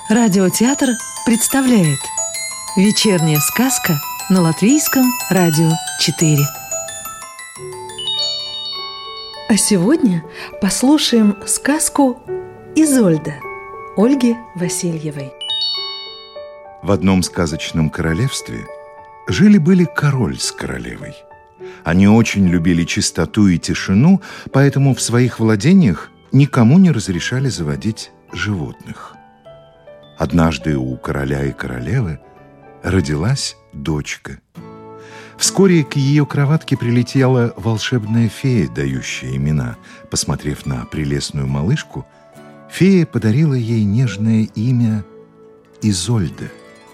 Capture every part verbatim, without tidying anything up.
Радиотеатр представляет «Вечерняя сказка» на Латвийском радио четыре. А сегодня послушаем сказку «Изольда» Ольги Васильевой. В одном сказочном королевстве жили-были король с королевой. Они очень любили чистоту и тишину, поэтому в своих владениях никому не разрешали заводить животных. Однажды у короля и королевы родилась дочка. Вскоре к ее кроватке прилетела волшебная фея, дающая имена. Посмотрев на прелестную малышку, фея подарила ей нежное имя Изольда.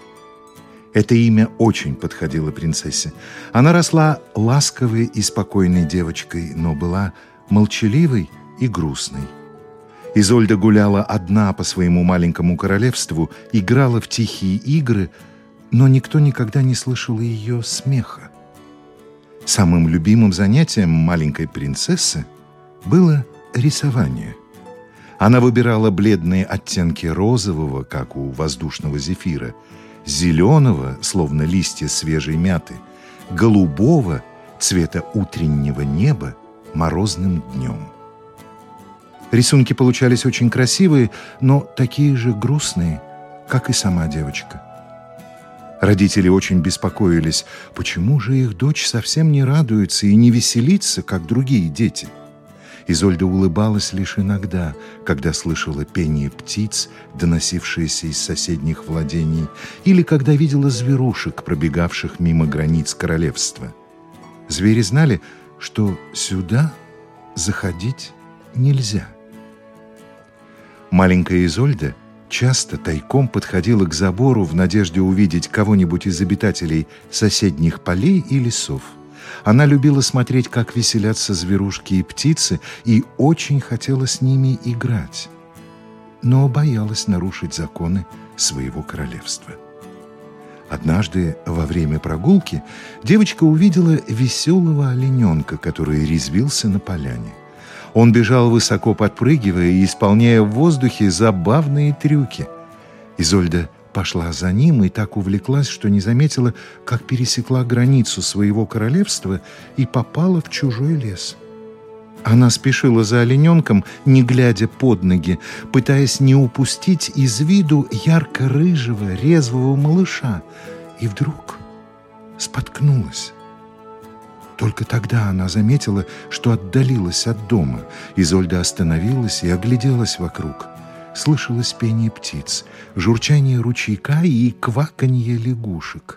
Это имя очень подходило принцессе. Она росла ласковой и спокойной девочкой, но была молчаливой и грустной. Изольда гуляла одна по своему маленькому королевству, играла в тихие игры, но никто никогда не слышал ее смеха. Самым любимым занятием маленькой принцессы было рисование. Она выбирала бледные оттенки розового, как у воздушного зефира, зеленого, словно листья свежей мяты, голубого, цвета утреннего неба, морозным днем. Рисунки получались очень красивые, но такие же грустные, как и сама девочка. Родители очень беспокоились, почему же их дочь совсем не радуется и не веселится, как другие дети. Изольда улыбалась лишь иногда, когда слышала пение птиц, доносившееся из соседних владений, или когда видела зверушек, пробегавших мимо границ королевства. Звери знали, что сюда заходить нельзя. Маленькая Изольда часто тайком подходила к забору в надежде увидеть кого-нибудь из обитателей соседних полей и лесов. Она любила смотреть, как веселятся зверушки и птицы, и очень хотела с ними играть, но боялась нарушить законы своего королевства. Однажды во время прогулки девочка увидела веселого олененка, который резвился на поляне. Он бежал высоко подпрыгивая и исполняя в воздухе забавные трюки. Изольда пошла за ним и так увлеклась, что не заметила, как пересекла границу своего королевства и попала в чужой лес. Она спешила за олененком, не глядя под ноги, пытаясь не упустить из виду ярко-рыжего, резвого малыша, и вдруг споткнулась. Только тогда она заметила, что отдалилась от дома. Изольда остановилась и огляделась вокруг. Слышалось пение птиц, журчание ручейка и кваканье лягушек.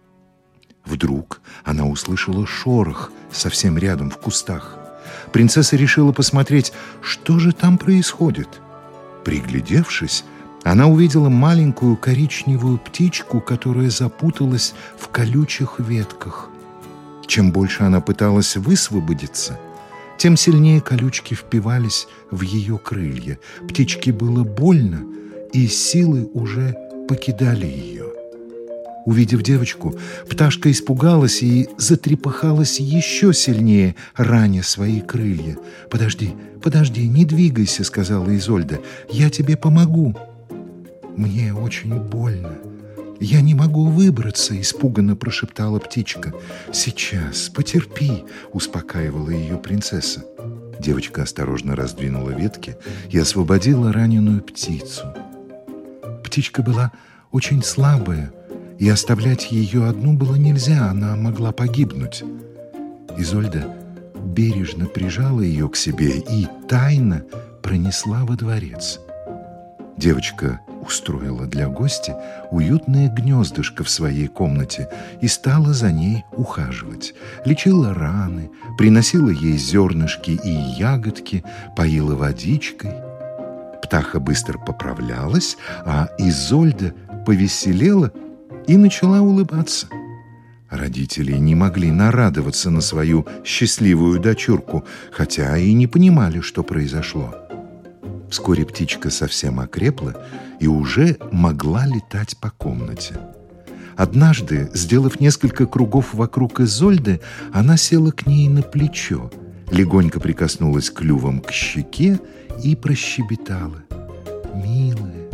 Вдруг она услышала шорох совсем рядом в кустах. Принцесса решила посмотреть, что же там происходит. Приглядевшись, она увидела маленькую коричневую птичку, которая запуталась в колючих ветках. Чем больше она пыталась высвободиться, тем сильнее колючки впивались в ее крылья. Птичке было больно, и силы уже покидали ее. Увидев девочку, пташка испугалась и затрепыхалась еще сильнее, раня свои крылья. «Подожди, подожди, не двигайся», — сказала Изольда, — «я тебе помогу». «Мне очень больно. Я не могу выбраться», — испуганно прошептала птичка. «Сейчас, потерпи», — успокаивала ее принцесса. Девочка осторожно раздвинула ветки и освободила раненую птицу. Птичка была очень слабая, и оставлять ее одну было нельзя, она могла погибнуть. Изольда бережно прижала ее к себе и тайно пронесла во дворец. Девочка устроила для гостя уютное гнездышко в своей комнате и стала за ней ухаживать. Лечила раны, приносила ей зернышки и ягодки, поила водичкой. Птаха быстро поправлялась, а Изольда повеселела и начала улыбаться. Родители не могли нарадоваться на свою счастливую дочурку, хотя и не понимали, что произошло. Вскоре птичка совсем окрепла и уже могла летать по комнате. Однажды, сделав несколько кругов вокруг Изольды, она села к ней на плечо, легонько прикоснулась клювом к щеке и прощебетала: «Милая,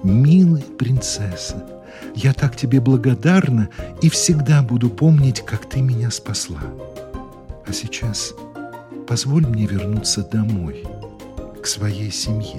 «Милая принцесса, я так тебе благодарна и всегда буду помнить, как ты меня спасла. А сейчас позволь мне вернуться домой, к своей семье».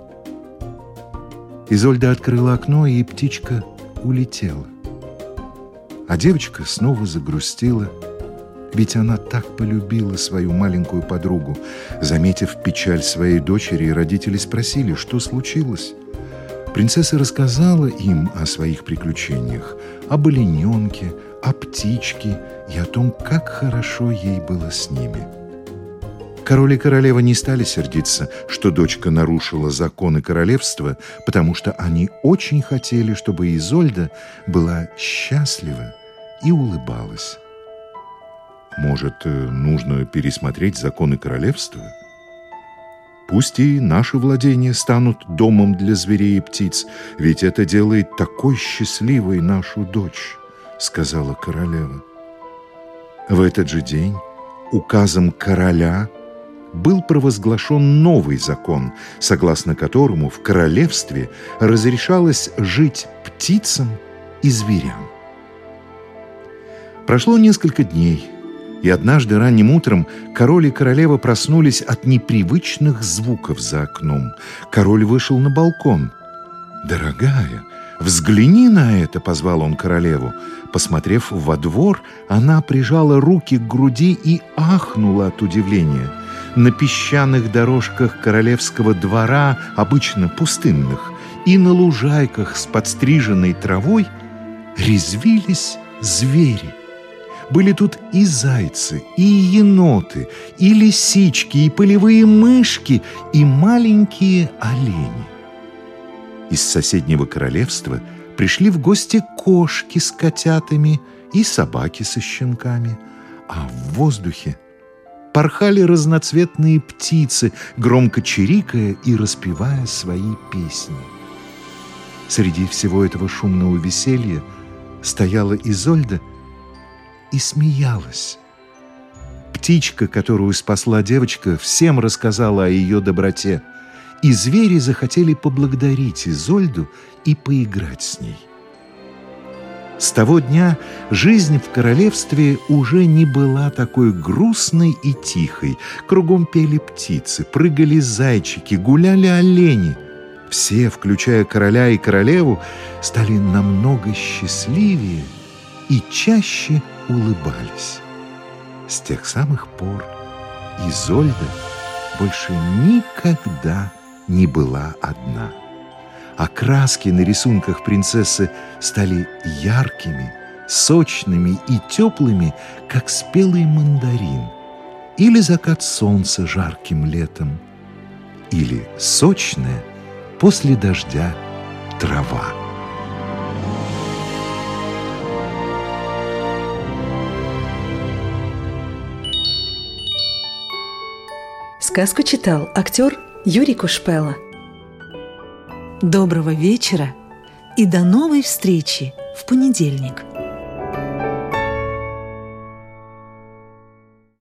Изольда открыла окно, и птичка улетела. А девочка снова загрустила, ведь она так полюбила свою маленькую подругу. Заметив печаль своей дочери, родители спросили, что случилось. Принцесса рассказала им о своих приключениях, об олененке, о птичке и о том, как хорошо ей было с ними. Король и королева не стали сердиться, что дочка нарушила законы королевства, потому что они очень хотели, чтобы Изольда была счастлива и улыбалась. Может, нужно пересмотреть законы королевства? Пусть и наши владения станут домом для зверей и птиц, ведь это делает такой счастливой нашу дочь, сказала королева. В этот же день указом короля был провозглашен новый закон, согласно которому в королевстве разрешалось жить птицам и зверям. Прошло несколько дней, и однажды ранним утром король и королева проснулись от непривычных звуков за окном. Король вышел на балкон. «Дорогая, взгляни на это!» — позвал он королеву. Посмотрев во двор, она прижала руки к груди и ахнула от удивления. На песчаных дорожках королевского двора, обычно пустынных, и на лужайках с подстриженной травой резвились звери. Были тут и зайцы, и еноты, и лисички, и полевые мышки, и маленькие олени. Из соседнего королевства пришли в гости кошки с котятами и собаки со щенками, а в воздухе порхали разноцветные птицы, громко чирикая и распевая свои песни. Среди всего этого шумного веселья стояла Изольда и смеялась. Птичка, которую спасла девочка, всем рассказала о ее доброте, и звери захотели поблагодарить Изольду и поиграть с ней. С того дня жизнь в королевстве уже не была такой грустной и тихой. Кругом пели птицы, прыгали зайчики, гуляли олени. Все, включая короля и королеву, стали намного счастливее и чаще улыбались. С тех самых пор Изольда больше никогда не была одна. А краски на рисунках принцессы стали яркими, сочными и теплыми, как спелый мандарин, или закат солнца жарким летом, или сочная после дождя трава. Сказку читал актер Юрий Кушпела. Доброго вечера и до новой встречи в понедельник.